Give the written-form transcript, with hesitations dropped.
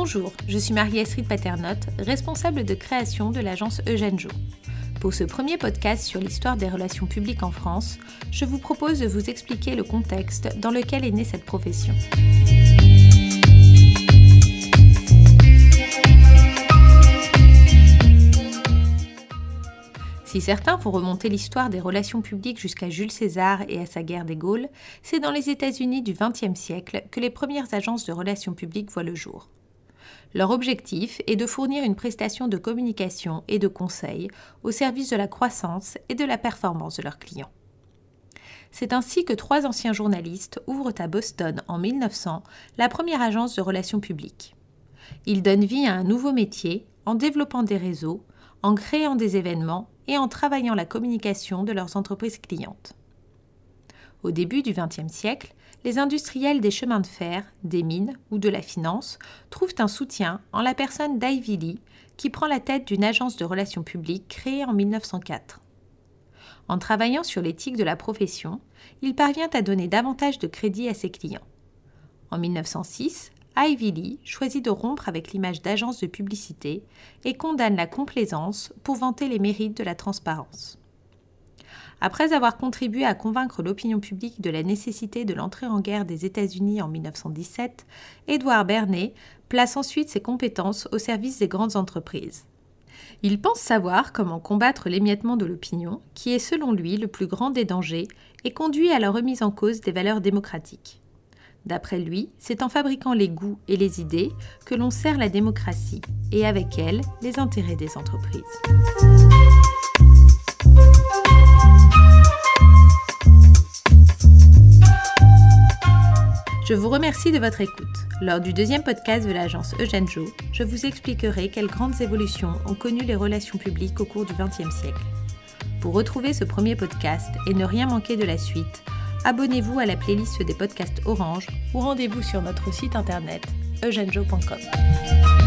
Bonjour, je suis Marie-Astrid Paternotte, responsable de création de l'agence Eugène Jo. Pour ce premier podcast sur l'histoire des relations publiques en France, je vous propose de vous expliquer le contexte dans lequel est née cette profession. Si certains font remonter l'histoire des relations publiques jusqu'à Jules César et à sa guerre des Gaules, c'est dans les États-Unis du XXe siècle que les premières agences de relations publiques voient le jour. Leur objectif est de fournir une prestation de communication et de conseil au service de la croissance et de la performance de leurs clients. C'est ainsi que 3 anciens journalistes ouvrent à Boston en 1900 la première agence de relations publiques. Ils donnent vie à un nouveau métier en développant des réseaux, en créant des événements et en travaillant la communication de leurs entreprises clientes. Au début du XXe siècle, les industriels des chemins de fer, des mines ou de la finance trouvent un soutien en la personne d'Ivy Lee, qui prend la tête d'une agence de relations publiques créée en 1904. En travaillant sur l'éthique de la profession, il parvient à donner davantage de crédit à ses clients. En 1906, Ivy Lee choisit de rompre avec l'image d'agence de publicité et condamne la complaisance pour vanter les mérites de la transparence. Après avoir contribué à convaincre l'opinion publique de la nécessité de l'entrée en guerre des États-Unis en 1917, Edward Bernays place ensuite ses compétences au service des grandes entreprises. Il pense savoir comment combattre l'émiettement de l'opinion, qui est selon lui le plus grand des dangers et conduit à la remise en cause des valeurs démocratiques. D'après lui, c'est en fabriquant les goûts et les idées que l'on sert la démocratie et avec elle les intérêts des entreprises. Je vous remercie de votre écoute. Lors du deuxième podcast de l'agence Eugène Jo, je vous expliquerai quelles grandes évolutions ont connu les relations publiques au cours du XXe siècle. Pour retrouver ce premier podcast et ne rien manquer de la suite, abonnez-vous à la playlist des podcasts Orange ou rendez-vous sur notre site internet eugenejo.com.